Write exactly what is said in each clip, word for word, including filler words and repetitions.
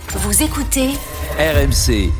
Vous écoutez R M C.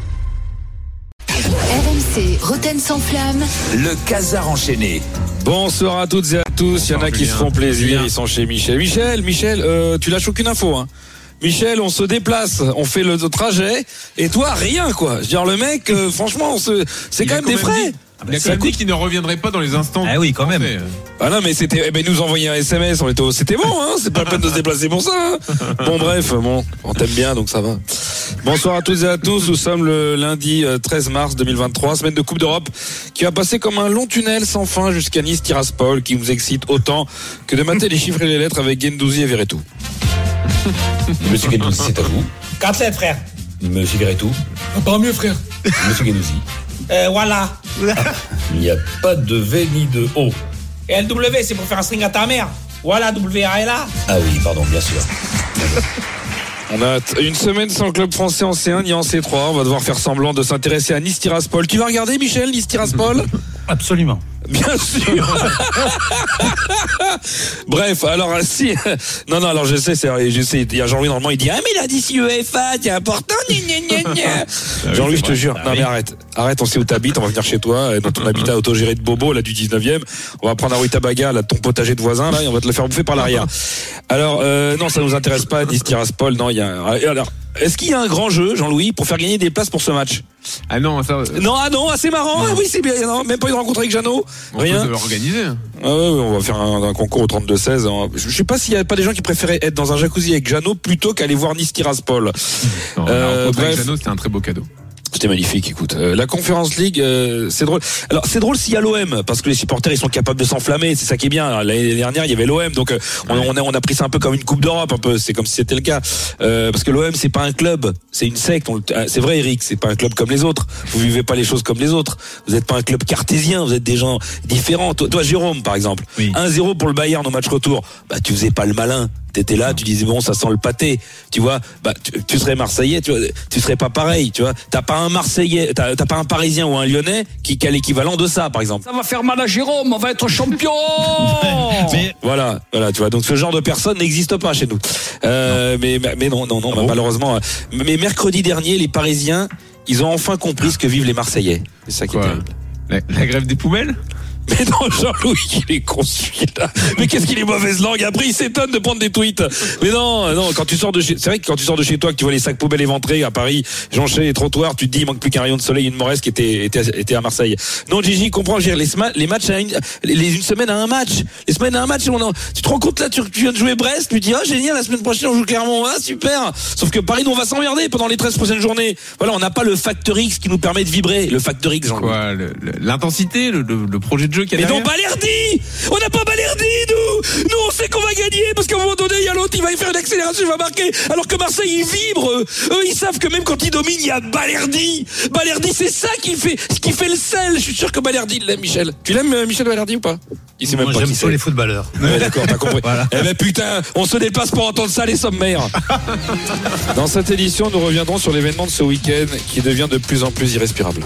R M C, Rotten sans flamme. Le Casar enchaîné. Bonsoir à toutes et à tous. Il y en a qui se font plaisir. Ils sont chez Michel. Michel, Michel, euh, tu lâches aucune info, hein. Michel, on se déplace, on fait le trajet, et toi, rien, quoi. Je veux dire, le mec, euh, franchement, on se... c'est il quand même des frais. Dit, il a quand même dit qu'il ne reviendrait pas dans les instants. Ah oui, quand même. Ah non, mais c'était, eh ben, nous envoyer un S M S, on était, c'était bon, hein. C'est pas la peine de se déplacer pour ça, hein. Bon, bref, bon, on t'aime bien, donc ça va. Bonsoir à toutes et à tous. Nous sommes le lundi treize mars deux mille vingt-trois, semaine de Coupe d'Europe, qui va passer comme un long tunnel sans fin jusqu'à Nice Tiraspol, qui nous excite autant que de mater les chiffres et les lettres avec Guendouzi et Verretou. Monsieur Guendouzi, c'est à vous. quatre lettres, frère. Monsieur Verretou. Pas mieux, frère. Monsieur Guendouzi. Euh, voilà. Ah, il n'y a pas de V ni de O. Et L W, c'est pour faire un string à ta mère. Voilà, W A L A. Ah oui, pardon, bien sûr. On a une semaine sans club français en C un ni en C trois. On va devoir faire semblant de s'intéresser à Nice Tiraspol. Tu vas regarder, Michel, Nice Tiraspol? Absolument. Bien sûr. Bref, alors si non non alors je sais c'est je sais il y a Jean-Louis normalement il dit ah mais il a dit si UEFA c'est important gna, gna, gna, gna. Ah Jean-Louis oui, je te jure ah non oui. mais arrête arrête on sait où t'habites on va venir chez toi dans ton habitat autogéré de Bobo là du dix-neuvième on va prendre un Rutabaga là ton potager de voisin là et on va te le faire bouffer par l'arrière. Alors euh, non ça nous intéresse pas Nice Tiraspol non il y a alors est-ce qu'il y a un grand jeu, Jean-Louis, pour faire gagner des places pour ce match? Ah non, ça. Non, ah non, ah, c'est marrant. Ah, oui, c'est bien. Non, même pas une rencontre avec Jeannot. On Rien. peut organiser. Ah ouais, on va faire un, un concours au trente-deux seize. Je sais pas s'il y a pas des gens qui préféraient être dans un jacuzzi avec Jeannot plutôt qu'aller voir Nice Tiraspol. Non, euh, la rencontre avec Jeannot, c'était un très beau cadeau. C'était magnifique, écoute. Euh, la Conference League, euh, c'est drôle. Alors, c'est drôle s'il y a l'O M, parce que les supporters, ils sont capables de s'enflammer. C'est ça qui est bien. Alors, l'année dernière, il y avait l'O M, donc euh, on, on, a, on a pris ça un peu comme une Coupe d'Europe, un peu. C'est comme si c'était le cas. Euh, parce que l'O M, c'est pas un club, c'est une secte. On, c'est vrai, Eric, c'est pas un club comme les autres. Vous vivez pas les choses comme les autres. Vous êtes pas un club cartésien, vous êtes des gens différents. Toi, toi Jérôme, par exemple, oui. un zéro pour le Bayern au match retour. Bah, tu faisais pas le malin. T'étais là, tu disais bon ça sent le pâté, tu vois. Bah tu, tu serais Marseillais, tu vois, tu serais pas pareil, tu vois. T'as pas un Marseillais, t'as, t'as pas un Parisien ou un Lyonnais qui, qui a l'équivalent de ça, par exemple. Ça va faire mal à Jérôme, on va être champion. mais voilà, voilà, tu vois. Donc ce genre de personne n'existe pas chez nous. Euh, mais mais non, non, non, ah bon malheureusement. Mais mercredi dernier, les Parisiens, ils ont enfin compris ce que vivent les Marseillais. C'est ça qui Quoi, est terrible. La, la grève des poubelles. Mais non, Jean-Louis, il est con celui-là. Mais qu'est-ce qu'il est mauvaise langue. Après, il s'étonne de prendre des tweets. Mais non, non, quand tu sors de chez, c'est vrai que quand tu sors de chez toi, que tu vois les sacs poubelles éventrés à Paris, jonchés les trottoirs, tu te dis, il manque plus qu'un rayon de soleil, une Moresse qui était, était, était à Marseille. Non, Gigi, comprends, les, les matchs à une, les, une semaine à un match. Les semaines à un match, on a, tu te rends compte là, tu, tu viens de jouer Brest, tu te dis, ah, génial, la semaine prochaine, on joue Clermont, ah, super. Sauf que Paris, nous, on va s'emmerder pendant les treize prochaines journées. Voilà, on n'a pas le facteur X qui nous permet de vibrer. Le facteur X, Jean-Louis. Quoi, le, le, l'intensité, le, le, le projet de jeu qu'il y a derrière. On n'a pas Balerdi, nous Nous, on sait qu'on va gagner, parce qu'à un moment donné, il y a l'autre, il va faire une accélération, il va marquer. Alors que Marseille, ils vibrent. Eux, eux ils savent que même quand ils dominent, il y a Balerdi. Balerdi, c'est ça qui fait, ce qui fait le sel. Je suis sûr que Balerdi l'aime, Michel. Tu l'aimes, Michel Balerdi, ou pas? Il sait même Moi, pas j'aime plutôt les footballeurs. Ouais, d'accord, t'as compris. Voilà. Eh ben, putain, on se déplace pour entendre ça, les sommaires. Dans cette édition, nous reviendrons sur l'événement de ce week-end qui devient de plus en plus irrespirable.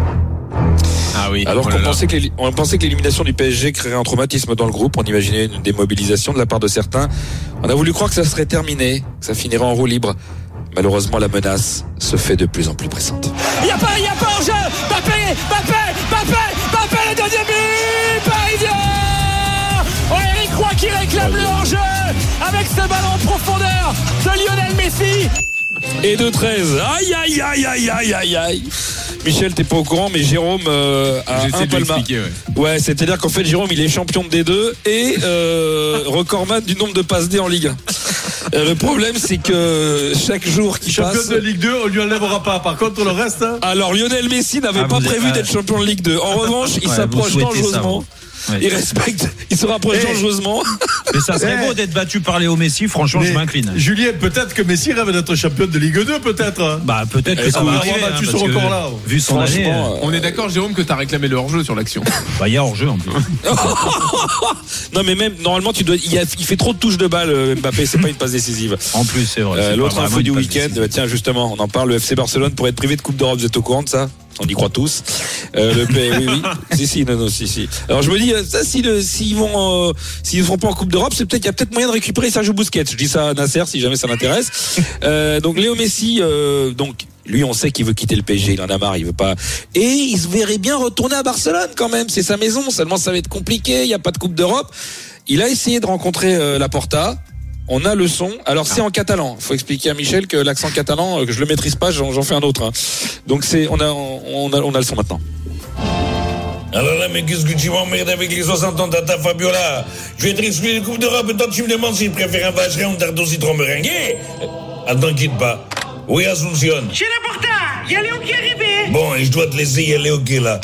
Ah oui. Alors oh qu'on pensait que, on pensait que l'élimination du P S G créerait un traumatisme dans le groupe, on imaginait une démobilisation de la part de certains. On a voulu croire que ça serait terminé, que ça finirait en roue libre. Malheureusement, la menace se fait de plus en plus pressante. Il n'y a pas, il n'y a pas en jeu. Mbappé, Mbappé, Mbappé, Mbappé, le deuxième but, parisien. Oh, Eric Roy qui réclame le hors-jeu avec ce ballon en profondeur de Lionel Messi. Et de treize. Aïe, aïe, aïe, aïe, aïe, aïe, aïe. Michel, t'es pas au courant, mais Jérôme euh, a J'essaie un palmarès. Ouais, ouais c'est-à-dire qu'en fait, Jérôme, il est champion de D deux et euh, recordman du nombre de passes D en Ligue un. Euh, le problème, c'est que chaque jour qui champion passe... Champion de Ligue deux, on lui enlèvera pas. Par contre, le reste... Hein... Alors, Lionel Messi n'avait ah, pas prévu êtes... d'être champion de Ligue deux. En revanche, il ouais, s'approche dangereusement. Ouais. Il respecte, il se rapproche hey. dangereusement. Mais ça serait hey. beau d'être battu par Léo Messi, franchement, mais je m'incline. Julien, peut-être que Messi rêve d'être champion de Ligue deux, peut-être. Bah, peut-être que et ça va arriver. Il a battu hein, ce record-là. Vu son année. Euh... On est d'accord, Jérôme, que t'as réclamé le hors-jeu sur l'action. Bah, il y a hors-jeu en plus. Non, mais même, normalement, tu dois, il, a, il fait trop de touches de balle, Mbappé, c'est pas une passe décisive. En plus, c'est vrai. Euh, l'autre info du week-end, bah, tiens, justement, on en parle, le F C Barcelone pourrait être privé de Coupe d'Europe, vous êtes au courant de ça? On y croit tous. Euh, le P... oui, oui. si, si, non, non, si, si. Alors je me dis, ça, si le, s'ils vont, euh, s'ils ne seront pas en Coupe d'Europe, c'est peut-être, il y a peut-être moyen de récupérer Sergio Busquets. Je dis ça à Nasser si jamais ça m'intéresse. Euh, donc Léo Messi, euh, donc. Lui, on sait qu'il veut quitter le P S G, il en a marre, il veut pas. Et il se verrait bien retourner à Barcelone quand même, c'est sa maison. Seulement, ça va être compliqué, il y a pas de Coupe d'Europe. Il a essayé de rencontrer euh, Laporta. On a le son. Alors c'est en catalan. Il faut expliquer à Michel que l'accent catalan, que je le maîtrise pas, j'en, j'en fais un autre. Hein. Donc c'est, on a, on a, on a le son maintenant. Alors là, mais qu'est-ce que tu m'emmerdes avec les soixante ans de ta Fabiola? Je vais être exclu des Coupes d'Europe et toi tu me demandes si je préfère un vacherin ou un tarte au citron meringué? Attends, quitte pas. Oui, Asunción. Chez Laporta, il y a Léo qui est arrivé. Bon, et je dois te laisser, il y a Léo qui est là.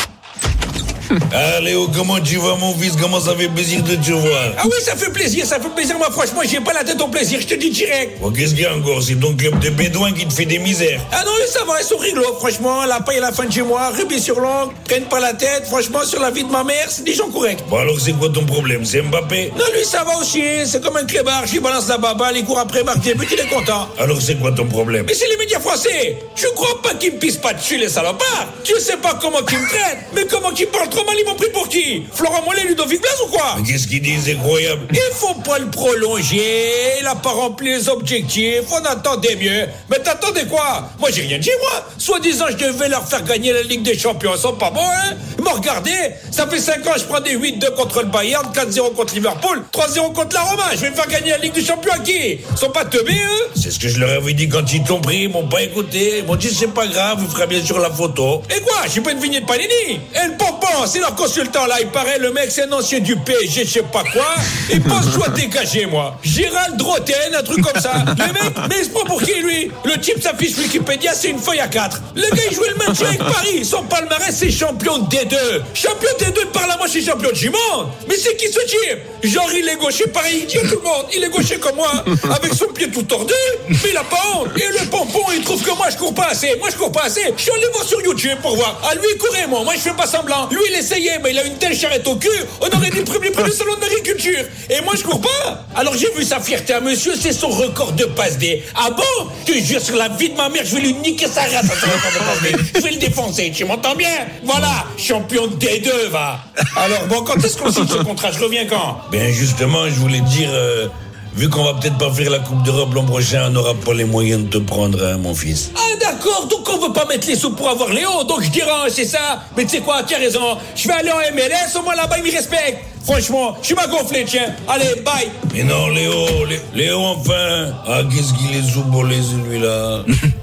Ah Léo, comment tu vas mon fils? Comment ça fait plaisir de te voir? Ah oui, ça fait plaisir, ça fait plaisir. Moi franchement, j'ai pas la tête au plaisir, je te dis direct. Bon, qu'est-ce qu'il y a encore? C'est ton club de bédouins qui te fait des misères. Ah non, ça va, ils sont rigolos, franchement. La paille à la fin de chez moi, rubis sur l'ongle, prennent pas la tête. Franchement, sur la vie de ma mère, c'est des gens corrects. Bon alors c'est quoi ton problème? C'est Mbappé? Non, lui ça va aussi, c'est comme un clébard. J'y balance la baballe, il court après, marque des buts, il est content. Alors c'est quoi ton problème? Mais c'est les médias français. Je crois pas qu'ils me pissent pas dessus, les salopards. Tu sais pas comment qu'ils me traitent, mais comment qu'ils parlent trop mal, ils m'ont pris pour qui? Florent Mollet, Ludovic Blas ou quoi? Mais qu'est-ce qu'il dit? C'est incroyable. Il faut pas le prolonger, il a pas rempli les objectifs, on attendait mieux. Mais t'attendais quoi? Moi j'ai rien dit, moi. Soi-disant je devais leur faire gagner la Ligue des Champions, ils sont pas bons, hein? Mais regardez, ça fait cinq ans je prends des huit deux contre le Bayern, quatre zéro contre Liverpool, trois zéro contre la Roma. Je vais me faire gagner la Ligue des Champions à qui? Ils sont pas teubés, eux? C'est ce que je leur avais dit quand ils t'ont pris, ils m'ont pas écouté. Ils m'ont dit c'est pas grave, vous ferez bien sûr la photo. Et quoi? Je suis pas une vignette Panini. Et le pompon, c'est leur consultant là, il paraît le mec c'est un ancien du P S G, je sais pas quoi. Il pense que je dois dégager moi. Gérald Droten, un truc comme ça. Le mec, mais il se prend pour qui lui? Le type s'affiche Wikipédia, c'est une feuille à quatre. Le gars il jouait le match avec Paris. Son palmarès c'est champion de D deux. Champion de D deux par là, moi je suis champion du monde. Mais c'est qui ce type? Genre il est gaucher pareil, il dit à tout le monde. Il est gaucher comme moi, avec son pied tout tordu. Mais il a pas honte. Et le pompon il trouve que moi je cours pas assez. Moi je cours pas assez. Je suis allé voir sur YouTube pour voir. Ah lui il courait moi, moi je fais pas semblant. Lui il essayait, mais il a une telle charrette au cul. On aurait dit le premier prix du salon de l'agriculture. Et moi je cours pas. Alors j'ai vu sa fierté à monsieur, c'est son record de passe D. Ah bon? Je te jure sur la vie de ma mère, je vais lui niquer sa race à son record de passe D. Je vais le défoncer, tu m'entends bien? Voilà, champion de D deux va. Alors bon, quand est-ce qu'on signe ce contrat? Je reviens quand? Ben justement, je voulais te dire, euh, vu qu'on va peut-être pas faire la Coupe d'Europe l'an prochain, on n'aura pas les moyens de te prendre, hein, mon fils. Ah d'accord, donc on veut pas mettre les sous pour avoir Léo, donc je dirais, c'est ça. Mais tu sais quoi, tu as raison, je vais aller en M L S, au moins là-bas ils me respectent. Franchement, je suis pas gonflé, tiens. Allez, bye. Mais non, Léo, Lé- Léo, enfin. Ah, qu'est-ce qu'il est soubolé, celui-là.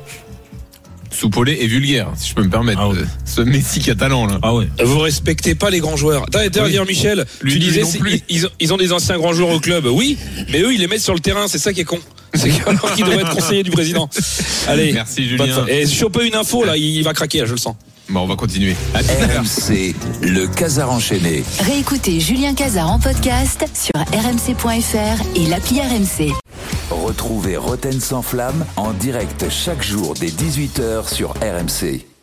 Soupolé et vulgaire, si je peux me permettre. Ah ouais. Ce Messi catalan, là. Ah ouais. Vous respectez pas les grands joueurs. D'ailleurs, oui. Michel, lui, tu disais, lui ils, ils ont des anciens grands joueurs au club. Oui, mais eux, ils les mettent sur le terrain. C'est ça qui est con. C'est alors qu'ils devraient être conseillers du président. Allez. Merci, Julien. Et choper une info, là, il va craquer, là, je le sens. Bon, on va continuer. R M C, le Casar enchaîné. Réécoutez Julien Casar en podcast sur r m c point f r et l'appli R M C. Retrouvez Roten sans flamme en direct chaque jour dès dix-huit heures sur R M C.